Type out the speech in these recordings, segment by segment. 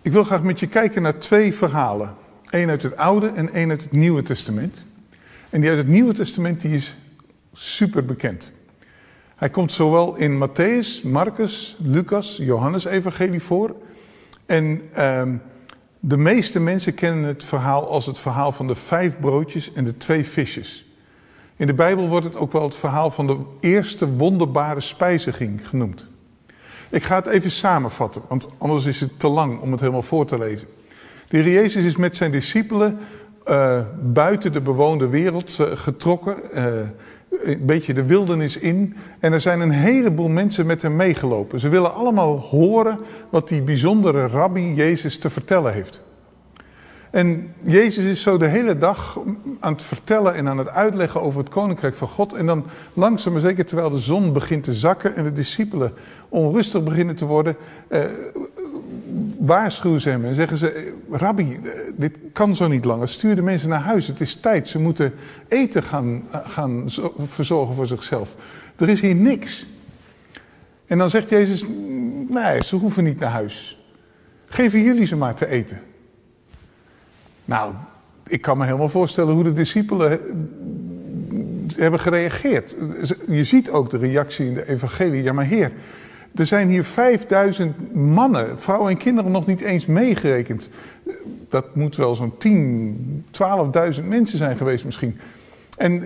Ik wil graag met je kijken naar 2 verhalen. Eén uit het Oude en één uit het Nieuwe Testament. En die uit het Nieuwe Testament die is super bekend. Hij komt zowel in Matthäus, Marcus, Lucas, Johannes evangelie voor. En de meeste mensen kennen het verhaal als het verhaal van de 5 broodjes en de 2 visjes. In de Bijbel wordt het ook wel het verhaal van de eerste wonderbare spijziging genoemd. Ik ga het even samenvatten, want anders is het te lang om het helemaal voor te lezen. De Heer Jezus is met zijn discipelen buiten de bewoonde wereld getrokken, een beetje de wildernis in. En er zijn een heleboel mensen met hem meegelopen. Ze willen allemaal horen wat die bijzondere rabbi Jezus te vertellen heeft. En Jezus is zo de hele dag aan het vertellen en aan het uitleggen over het koninkrijk van God. En dan langzaam maar zeker, terwijl de zon begint te zakken en de discipelen onrustig beginnen te worden, waarschuwen ze hem en zeggen ze: Rabbi, dit kan zo niet langer. Stuur de mensen naar huis. Het is tijd. Ze moeten eten gaan verzorgen voor zichzelf. Er is hier niks. En dan zegt Jezus: nee, ze hoeven niet naar huis. Geven jullie ze maar te eten. Nou, ik kan me helemaal voorstellen hoe de discipelen hebben gereageerd. Je ziet ook de reactie in de evangelie. Ja, maar Heer, er zijn hier 5000 mannen, vrouwen en kinderen nog niet eens meegerekend. Dat moet wel zo'n 12.000 mensen zijn geweest misschien. En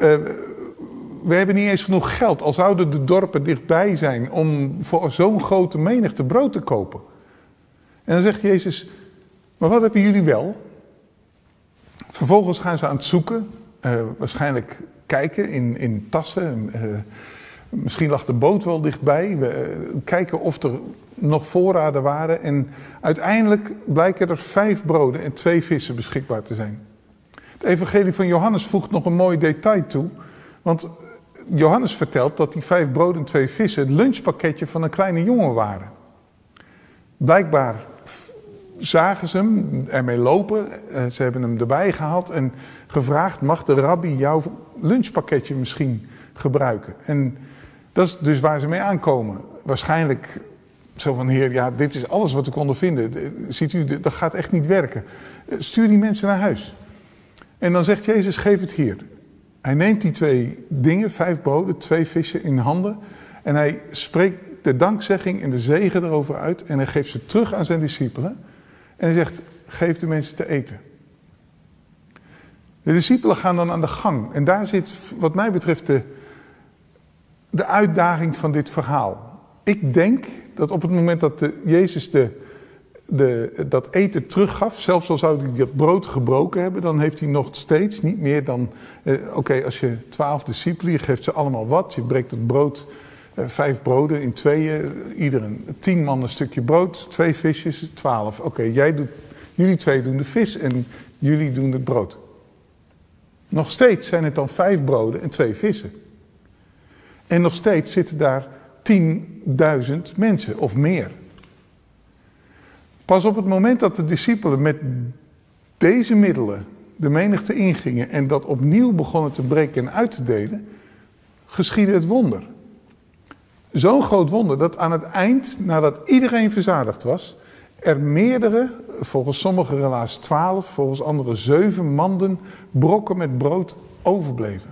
we hebben niet eens genoeg geld, al zouden de dorpen dichtbij zijn, om voor zo'n grote menigte brood te kopen. En dan zegt Jezus: maar wat hebben jullie wel? Vervolgens gaan ze aan het zoeken, waarschijnlijk kijken in tassen. Misschien lag de boot wel dichtbij. Kijken of er nog voorraden waren. En uiteindelijk blijken er 5 broden en 2 vissen beschikbaar te zijn. Het evangelie van Johannes voegt nog een mooi detail toe. Want Johannes vertelt dat die 5 broden en 2 vissen het lunchpakketje van een kleine jongen waren. Blijkbaar zagen ze hem ermee lopen. Ze hebben hem erbij gehaald en gevraagd: mag de rabbi jouw lunchpakketje misschien gebruiken? En dat is dus waar ze mee aankomen. Waarschijnlijk zo van: Heer, ja, dit is alles wat we konden vinden. Ziet u, dat gaat echt niet werken. Stuur die mensen naar huis. En dan zegt Jezus: geef het hier. Hij neemt die 2 dingen, 5 broden, 2 vissen in handen. En hij spreekt de dankzegging en de zegen erover uit. En hij geeft ze terug aan zijn discipelen. En hij zegt: geef de mensen te eten. De discipelen gaan dan aan de gang. En daar zit wat mij betreft de uitdaging van dit verhaal. Ik denk dat op het moment dat Jezus dat eten teruggaf, zelfs al zou hij dat brood gebroken hebben, dan heeft hij nog steeds niet meer dan, als je 12 discipelen, je geeft ze allemaal wat, je breekt het brood, 5 broden in 2, iedereen 10 man een stukje brood, 2 visjes, 12. Jullie 2 doen de vis en jullie doen het brood. Nog steeds zijn het dan 5 broden en 2 vissen. En nog steeds zitten daar 10.000 mensen of meer. Pas op het moment dat de discipelen met deze middelen de menigte ingingen en dat opnieuw begonnen te breken en uit te delen, geschiedde het wonder. Zo'n groot wonder dat aan het eind, nadat iedereen verzadigd was, er meerdere, volgens sommigen helaas 12, volgens anderen 7 manden brokken met brood overbleven.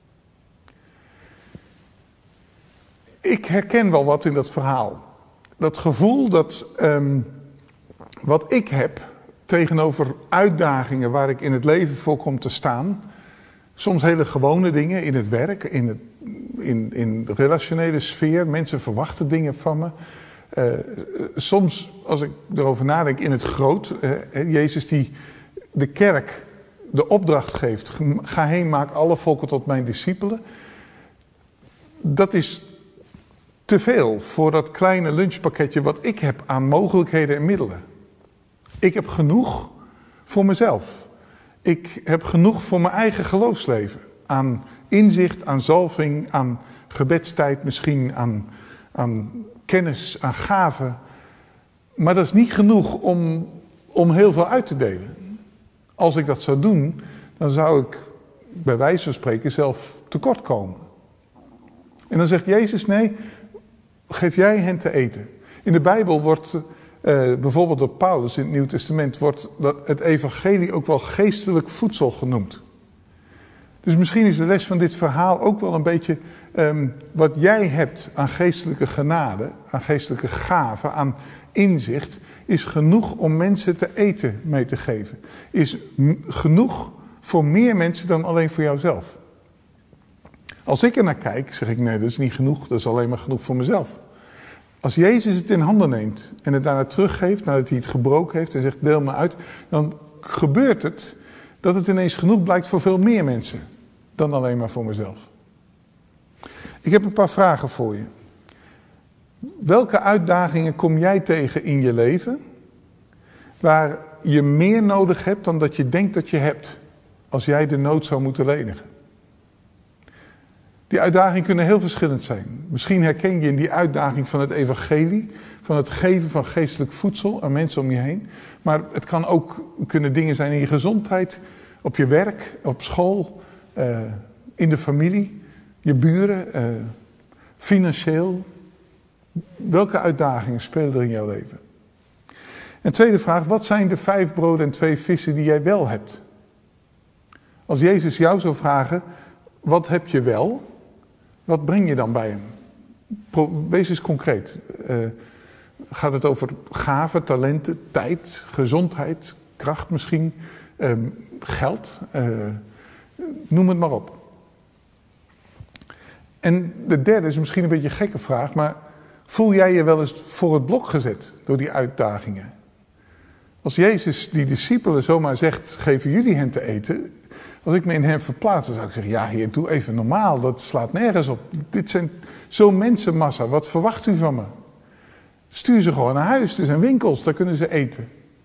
Ik herken wel wat in dat verhaal. Dat gevoel dat wat ik heb tegenover uitdagingen waar ik in het leven voor kom te staan. Soms hele gewone dingen in het werk, in de relationele sfeer. Mensen verwachten dingen van me. Soms, als ik erover nadenk, in het groot. Jezus die de kerk de opdracht geeft: ga heen, maak alle volken tot mijn discipelen. Dat is te veel voor dat kleine lunchpakketje wat ik heb aan mogelijkheden en middelen. Ik heb genoeg voor mezelf. Ik heb genoeg voor mijn eigen geloofsleven. Aan inzicht, aan zalving, aan gebedstijd misschien, aan kennis, aan gaven. Maar dat is niet genoeg om heel veel uit te delen. Als ik dat zou doen, dan zou ik bij wijze van spreken zelf tekort komen. En dan zegt Jezus: nee, geef jij hen te eten. In de Bijbel wordt Bijvoorbeeld door Paulus in het Nieuw Testament wordt het evangelie ook wel geestelijk voedsel genoemd. Dus misschien is de les van dit verhaal ook wel een beetje wat jij hebt aan geestelijke genade, aan geestelijke gaven, aan inzicht, is genoeg om mensen te eten mee te geven. Is genoeg voor meer mensen dan alleen voor jouzelf. Als ik er naar kijk, zeg ik nee, dat is niet genoeg, dat is alleen maar genoeg voor mezelf. Als Jezus het in handen neemt en het daarna teruggeeft, nadat hij het gebroken heeft en zegt deel me uit, dan gebeurt het dat het ineens genoeg blijkt voor veel meer mensen dan alleen maar voor mezelf. Ik heb een paar vragen voor je. Welke uitdagingen kom jij tegen in je leven waar je meer nodig hebt dan dat je denkt dat je hebt als jij de nood zou moeten lenigen? Die uitdagingen kunnen heel verschillend zijn. Misschien herken je in die uitdaging van het evangelie, van het geven van geestelijk voedsel aan mensen om je heen. Maar het kunnen dingen zijn in je gezondheid, op je werk, op school, in de familie, je buren, financieel. Welke uitdagingen spelen er in jouw leven? En tweede vraag, wat zijn de 5 broden en 2 vissen die jij wel hebt? Als Jezus jou zou vragen, wat heb je wel? Wat breng je dan bij hem? Wees eens concreet. Gaat het over gaven, talenten, tijd, gezondheid, kracht misschien, geld? Noem het maar op. En de derde is misschien een beetje een gekke vraag, maar voel jij je wel eens voor het blok gezet door die uitdagingen? Als Jezus die discipelen zomaar zegt, geven jullie hen te eten? Als ik me in hen verplaats, dan zou ik zeggen, ja heer, doe even normaal, dat slaat nergens op. Dit zijn zo'n mensenmassa, wat verwacht u van me? Stuur ze gewoon naar huis, er zijn winkels, daar kunnen ze eten.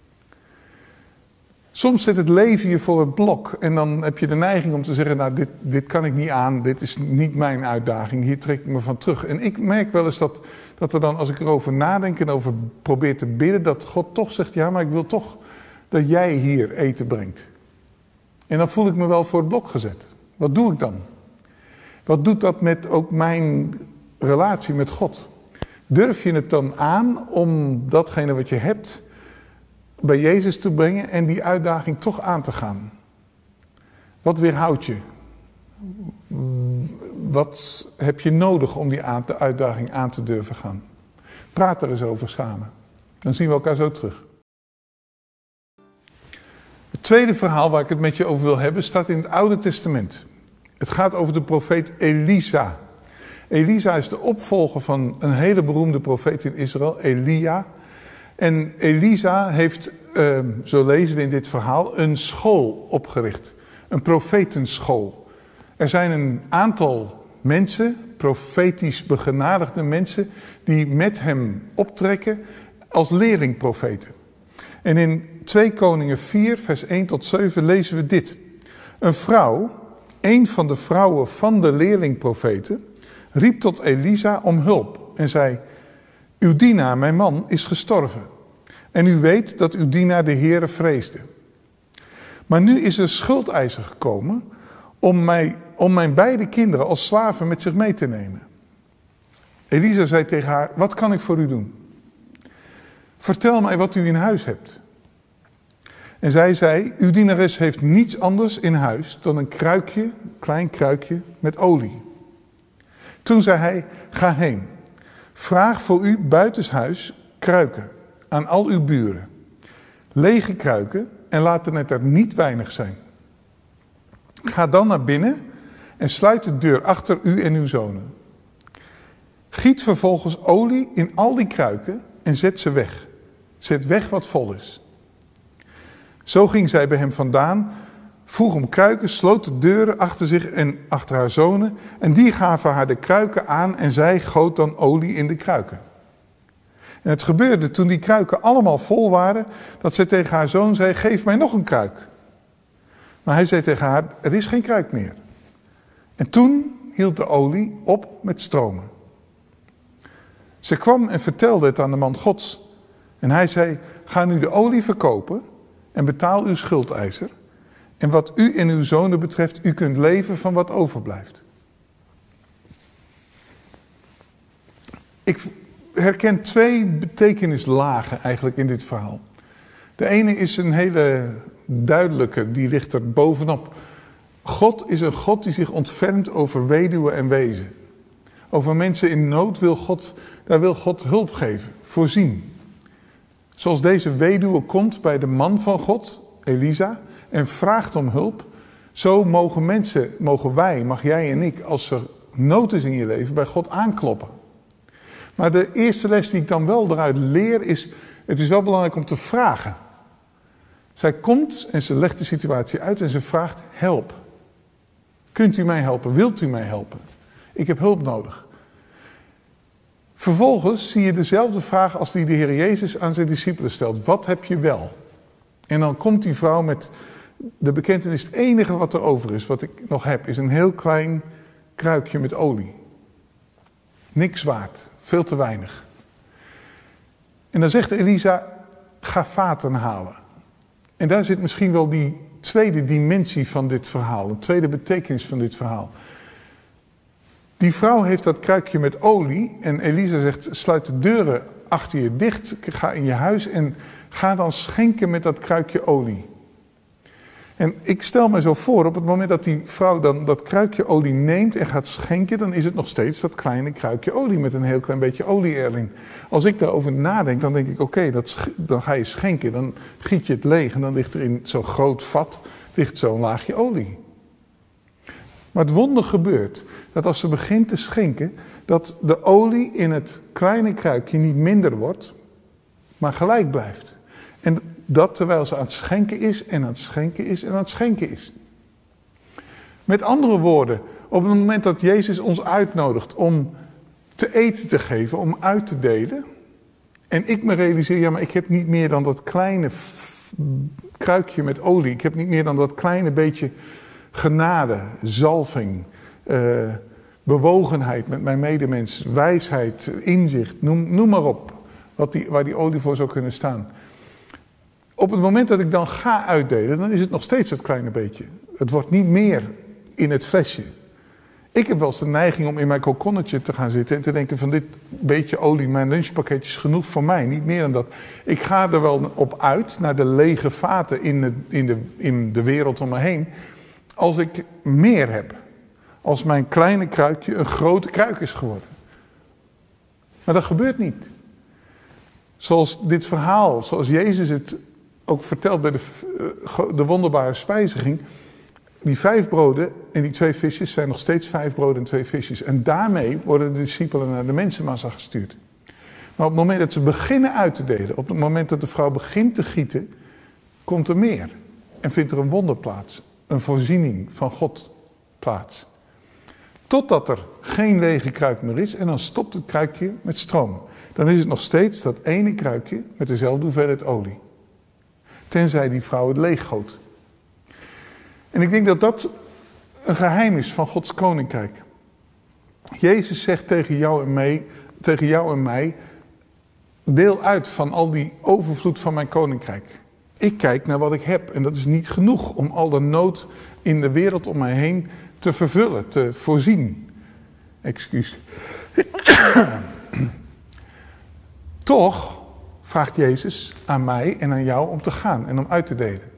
Soms zet het leven je voor het blok en dan heb je de neiging om te zeggen, nou dit kan ik niet aan, dit is niet mijn uitdaging, hier trek ik me van terug. En ik merk wel eens dat er dan, als ik erover nadenk en over probeer te bidden, dat God toch zegt, ja maar ik wil toch dat jij hier eten brengt. En dan voel ik me wel voor het blok gezet. Wat doe ik dan? Wat doet dat met ook mijn relatie met God? Durf je het dan aan om datgene wat je hebt bij Jezus te brengen en die uitdaging toch aan te gaan? Wat weerhoudt je? Wat heb je nodig om de uitdaging aan te durven gaan? Praat er eens over samen. Dan zien we elkaar zo terug. Het tweede verhaal waar ik het met je over wil hebben staat in het Oude Testament. Het gaat over de profeet Elisa. Elisa is de opvolger van een hele beroemde profeet in Israël, Elia. En Elisa heeft, zo lezen we in dit verhaal, een school opgericht. Een profetenschool. Er zijn een aantal mensen, profetisch begenadigde mensen, die met hem optrekken als leerlingprofeten. En in 2 Koningen 4, vers 1 tot 7 lezen we dit. Een vrouw, een van de vrouwen van de leerlingprofeten, riep tot Elisa om hulp en zei, uw dienaar, mijn man, is gestorven. En u weet dat uw dienaar de Heere vreesde. Maar nu is er schuldeiser gekomen om mijn beide kinderen als slaven met zich mee te nemen. Elisa zei tegen haar, wat kan ik voor u doen? Vertel mij wat u in huis hebt. En zij zei, uw dienares heeft niets anders in huis dan een kruikje, klein kruikje met olie. Toen zei hij, ga heen. Vraag voor u buitenshuis kruiken aan al uw buren. Lege kruiken en laten het er niet weinig zijn. Ga dan naar binnen en sluit de deur achter u en uw zonen. Giet vervolgens olie in al die kruiken en zet ze weg. Zet weg wat vol is. Zo ging zij bij hem vandaan, vroeg om kruiken, sloot de deuren achter zich en achter haar zonen. En die gaven haar de kruiken aan en zij goot dan olie in de kruiken. En het gebeurde toen die kruiken allemaal vol waren, dat zij tegen haar zoon zei, geef mij nog een kruik. Maar hij zei tegen haar, er is geen kruik meer. En toen hield de olie op met stromen. Ze kwam en vertelde het aan de man Gods. En hij zei, ga nu de olie verkopen en betaal uw schuldeiser. En wat u en uw zonen betreft, u kunt leven van wat overblijft. Ik herken twee betekenislagen eigenlijk in dit verhaal. De ene is een hele duidelijke, die ligt er bovenop. God is een God die zich ontfermt over weduwen en wezen. Over mensen in nood wil God hulp geven, voorzien. Zoals deze weduwe komt bij de man van God, Elisa, en vraagt om hulp. Zo mag jij en ik, als er nood is in je leven, bij God aankloppen. Maar de eerste les die ik dan wel eruit leer is, het is wel belangrijk om te vragen. Zij komt en ze legt de situatie uit en ze vraagt help. Kunt u mij helpen? Wilt u mij helpen? Ik heb hulp nodig. Vervolgens zie je dezelfde vraag als die de Heer Jezus aan zijn discipelen stelt. Wat heb je wel? En dan komt die vrouw met de bekentenis. Het enige wat er over is, wat ik nog heb, is een heel klein kruikje met olie. Niks waard. Veel te weinig. En dan zegt Elisa, ga vaten halen. En daar zit misschien wel die tweede dimensie van dit verhaal. Een tweede betekenis van dit verhaal. Die vrouw heeft dat kruikje met olie. En Elisa zegt, sluit de deuren achter je dicht. Ga in je huis en ga dan schenken met dat kruikje olie. En ik stel me zo voor, op het moment dat die vrouw dan dat kruikje olie neemt en gaat schenken, dan is het nog steeds dat kleine kruikje olie met een heel klein beetje olie erin. Als ik daarover nadenk, dan denk ik, oké, dan ga je schenken, dan giet je het leeg en dan ligt er in zo'n groot vat zo'n laagje olie. Maar het wonder gebeurt, dat als ze begint te schenken, dat de olie in het kleine kruikje niet minder wordt, maar gelijk blijft. En dat terwijl ze aan het schenken is en aan het schenken is en aan het schenken is. Met andere woorden, op het moment dat Jezus ons uitnodigt om te eten te geven, om uit te delen. En ik me realiseer, ja maar ik heb niet meer dan dat kleine kruikje met olie. Ik heb niet meer dan dat kleine beetje genade, zalving, bewogenheid met mijn medemens, wijsheid, inzicht, noem maar op. Waar die olie voor zou kunnen staan. Op het moment dat ik dan ga uitdelen, dan is het nog steeds dat kleine beetje. Het wordt niet meer in het flesje. Ik heb wel eens de neiging om in mijn kokonnetje te gaan zitten en te denken van dit beetje olie, mijn lunchpakketje is genoeg voor mij, niet meer dan dat. Ik ga er wel op uit, naar de lege vaten in de wereld om me heen, als ik meer heb. Als mijn kleine kruikje een grote kruik is geworden. Maar dat gebeurt niet. Zoals dit verhaal, zoals Jezus het ook vertelt bij de wonderbare spijziging. Die 5 broden en die 2 visjes zijn nog steeds 5 broden en 2 visjes. En daarmee worden de discipelen naar de mensenmassa gestuurd. Maar op het moment dat ze beginnen uit te delen, op het moment dat de vrouw begint te gieten, komt er meer. En vindt er een wonder plaats. Een voorziening van God plaats. Totdat er geen lege kruik meer is en dan stopt het kruikje met stroom. Dan is het nog steeds dat ene kruikje met dezelfde hoeveelheid olie. Tenzij die vrouw het leeggoot. En ik denk dat dat een geheim is van Gods koninkrijk. Jezus zegt tegen jou en mij, deel uit van al die overvloed van mijn koninkrijk. Ik kijk naar wat ik heb en dat is niet genoeg om al de nood in de wereld om mij heen te vervullen, te voorzien. Excuus. Toch vraagt Jezus aan mij en aan jou om te gaan en om uit te delen.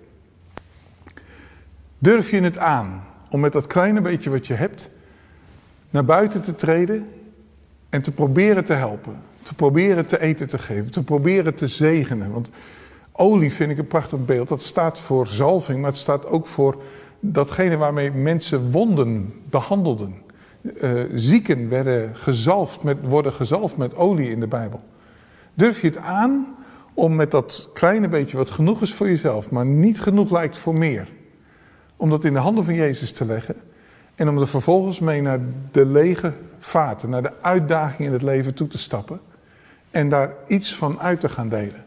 Durf je het aan om met dat kleine beetje wat je hebt naar buiten te treden en te proberen te helpen. Te proberen te eten te geven, te proberen te zegenen. Want olie vind ik een prachtig beeld. Dat staat voor zalving, maar het staat ook voor datgene waarmee mensen wonden behandelden. Zieken worden gezalfd met olie in de Bijbel. Durf je het aan om met dat kleine beetje wat genoeg is voor jezelf, maar niet genoeg lijkt voor meer, om dat in de handen van Jezus te leggen en om er vervolgens mee naar de lege vaten, naar de uitdaging in het leven toe te stappen en daar iets van uit te gaan delen.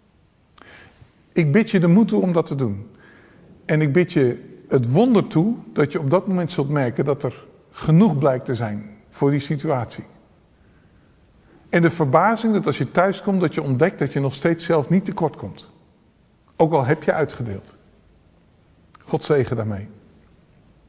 Ik bid je de moed toe om dat te doen. En ik bid je het wonder toe dat je op dat moment zult merken dat er genoeg blijkt te zijn voor die situatie. En de verbazing dat als je thuis komt dat je ontdekt dat je nog steeds zelf niet tekort komt. Ook al heb je uitgedeeld. God zegen daarmee.